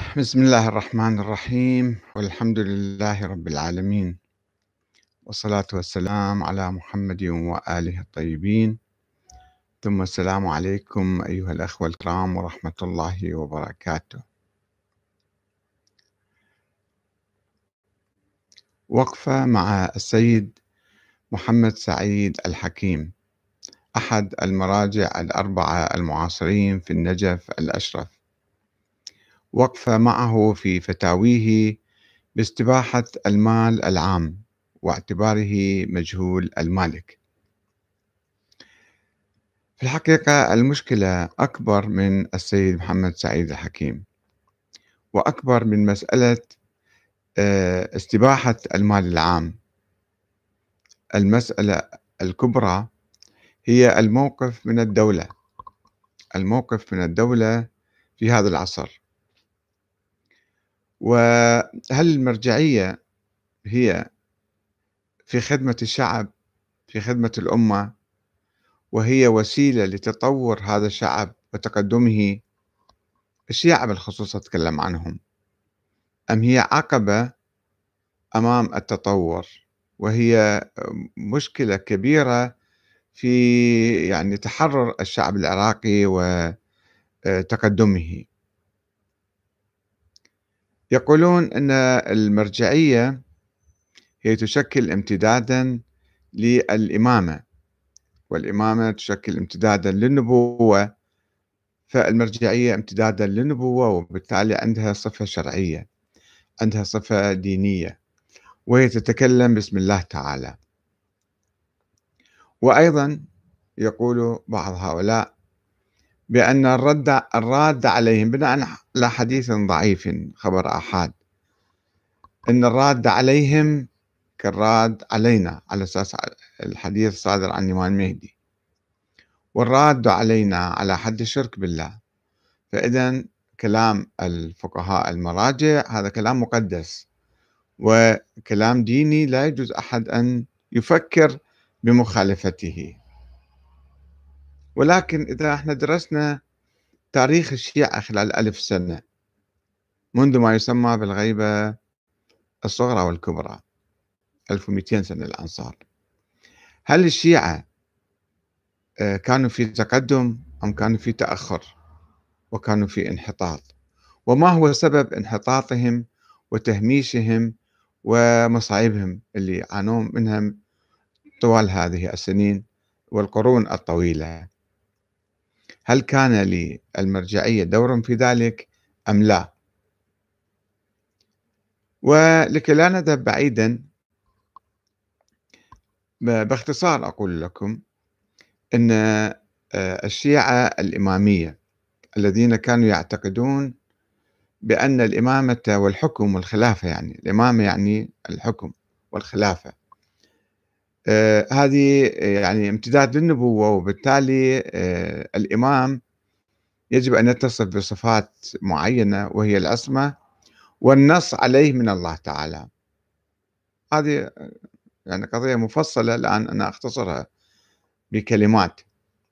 بسم الله الرحمن الرحيم والحمد لله رب العالمين والصلاة والسلام على محمد وآله الطيبين ثم السلام عليكم أيها الأخوة الكرام ورحمة الله وبركاته. وقفة مع السيد محمد سعيد الحكيم، أحد المراجع الأربعة المعاصرين في النجف الأشرف. وقفة معه في فتاويه باستباحة المال العام واعتباره مجهول المالك. في الحقيقة المشكلة أكبر من السيد محمد سعيد الحكيم، وأكبر من مسألة استباحة المال العام. المسألة الكبرى هي الموقف من الدولة، الموقف من الدولة في هذا العصر. وهل المرجعية هي في خدمة الشعب، في خدمة الأمة، وهي وسيلة لتطور هذا الشعب وتقدمه؟ الشيعة بالخصوص أتكلم عنهم، أم هي عقبة أمام التطور، وهي مشكلة كبيرة في تحرر الشعب العراقي وتقدمه؟ يقولون أن المرجعية هي تشكل امتدادا للإمامة، والإمامة تشكل امتدادا للنبوة، فالمرجعية امتدادا للنبوة، وبالتالي عندها صفة شرعية، عندها صفة دينية، وهي تتكلم باسم الله تعالى. وأيضا يقول بعض هؤلاء بأن الراد عليهم بناء على حديث ضعيف خبر آحاد، أن الراد عليهم كالراد علينا، على أساس الحديث صادر عن الإمام المهدي، والراد علينا على حد الشرك بالله. فإذا كلام الفقهاء المراجع هذا كلام مقدس وكلام ديني، لا يجوز أحد أن يفكر بمخالفته. ولكن إذا احنا درسنا تاريخ الشيعة خلال 1000 سنة، منذ ما يسمى بالغيبة الصغرى والكبرى، 1200 سنة الآن صار، هل الشيعة كانوا في تقدم أم كانوا في تأخر وكانوا في انحطاط؟ وما هو سبب انحطاطهم وتهميشهم ومصايبهم اللي عانوا منها طوال هذه السنين والقرون الطويلة؟ هل كان للمرجعية دور في ذلك أم لا؟ ولكي لا نذهب بعيدا، باختصار أقول لكم أن الشيعة الإمامية الذين كانوا يعتقدون بأن الإمامة والحكم والخلافة، الإمامة الحكم والخلافة، هذه امتداد للنبوة، وبالتالي الإمام يجب أن يتصف بصفات معينة وهي العصمة والنص عليه من الله تعالى. هذه قضية مفصلة، الآن أنا أختصرها بكلمات.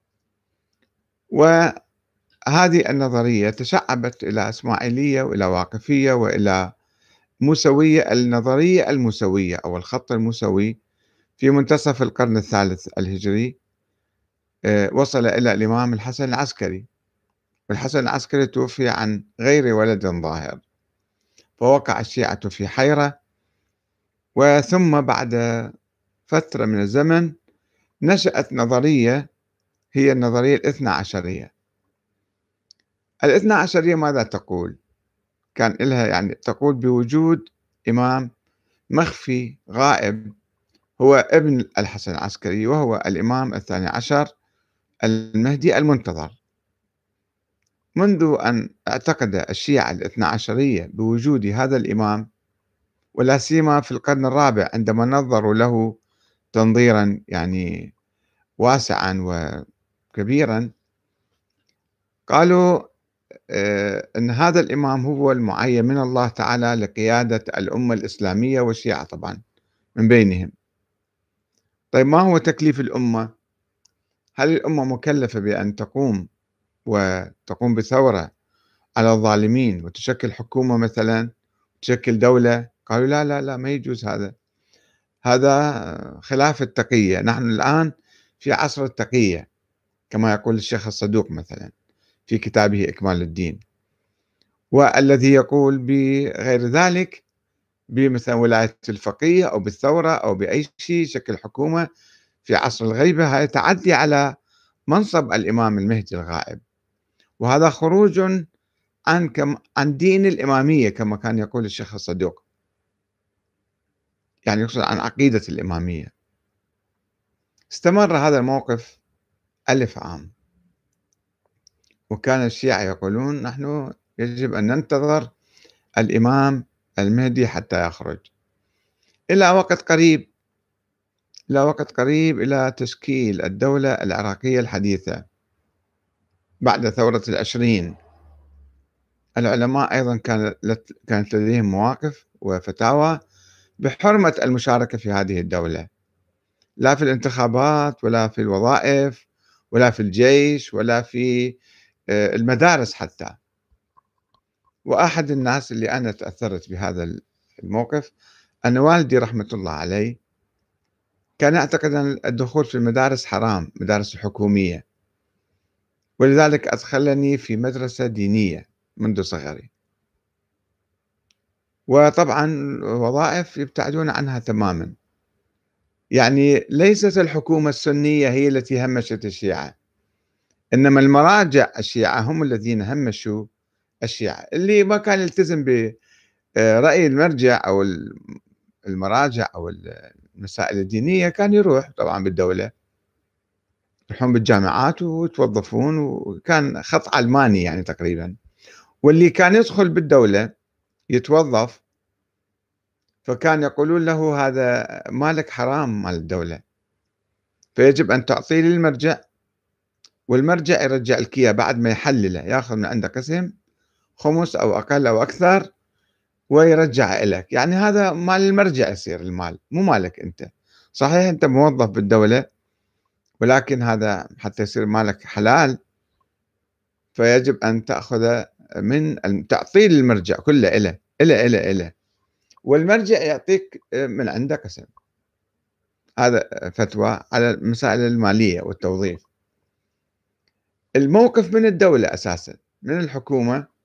وهذه النظرية تشعبت إلى إسماعيلية وإلى واقفية وإلى موسوية، النظرية الموسوية أو الخط الموسوي في منتصف القرن الثالث الهجري. وصل إلى الإمام الحسن العسكري، والحسن العسكري توفي عن غير ولد ظاهر، فوقع الشيعة في حيرة. وثم بعد فترة من الزمن نشأت نظرية، هي النظرية الاثنى عشرية. الاثنى عشرية ماذا تقول؟ كان لها تقول بوجود إمام مخفي غائب هو ابن الحسن العسكري، وهو الإمام الثاني عشر المهدي المنتظر. منذ أن اعتقد الشيعة الاثنى عشرية بوجود هذا الإمام، ولا سيما في القرن الرابع عندما نظروا له تنظيرا واسعا وكبيرا، قالوا أن هذا الإمام هو المعين من الله تعالى لقيادة الأمة الإسلامية، والشيعة طبعا من بينهم. طيب، ما هو تكليف الأمة؟ هل الأمة مكلفة بأن تقوم بثورة على الظالمين وتشكل حكومة مثلا، تشكل دولة. قالوا لا لا لا، ما يجوز هذا، هذا خلاف التقية. نحن الآن في عصر التقية كما يقول الشيخ الصدوق مثلا في كتابه إكمال الدين، والذي يقول بغير ذلك بمثلا ولاية الفقيه أو بالثورة أو بأي شيء شكل حكومة في عصر الغيبة، هذا تعدي على منصب الإمام المهدي الغائب، وهذا خروج عن دين الإمامية كما كان يقول الشيخ الصدوق، يعني يقصد عن عقيدة الإمامية. استمر هذا الموقف 1000 عام، وكان الشيعة يقولون نحن يجب أن ننتظر الإمام المهدي حتى يخرج، إلى وقت قريب، إلى وقت قريب، إلى تشكيل الدولة العراقية الحديثة بعد ثورة العشرين. العلماء أيضا كانت لديهم مواقف وفتاوى بحرمة المشاركة في هذه الدولة، لا في الانتخابات ولا في الوظائف ولا في الجيش ولا في المدارس حتى. وأحد الناس اللي أنا تأثرت بهذا الموقف أن والدي رحمة الله عليه كان يعتقد أن الدخول في المدارس حرام، مدارس الحكومية، ولذلك أدخلني في مدرسة دينية منذ صغري. وطبعا وظائف يبتعدون عنها تماما، يعني ليست الحكومة السنية هي التي همشت الشيعة، إنما المراجع الشيعة هم الذين همشوا الشيعة. اللي ما كان يلتزم برأي المرجع أو المراجع أو المسائل الدينية كان يروح طبعا بالدولة، يروحون بالجامعات ويتوظفون، وكان خط علماني يعني تقريبا. واللي كان يدخل بالدولة يتوظف فكان يقولون له هذا مالك حرام مال الدولة، فيجب أن تعطيه للمرجع، والمرجع يرجع لك إياه بعد ما يحلله، ياخذ من عنده قسم خمس أو أقل أو أكثر ويرجع لك. يعني هذا مال المرجع يصير، المال مو مالك أنت. صحيح أنت موظف بالدولة، ولكن هذا حتى يصير مالك حلال فيجب أن تأخذ تعطيه للمرجع كله، إله، والمرجع يعطيك من عنده قسم. هذا فتوى على المسائل المالية والتوظيف. الموقف من الدولة أساسا، من الحكومة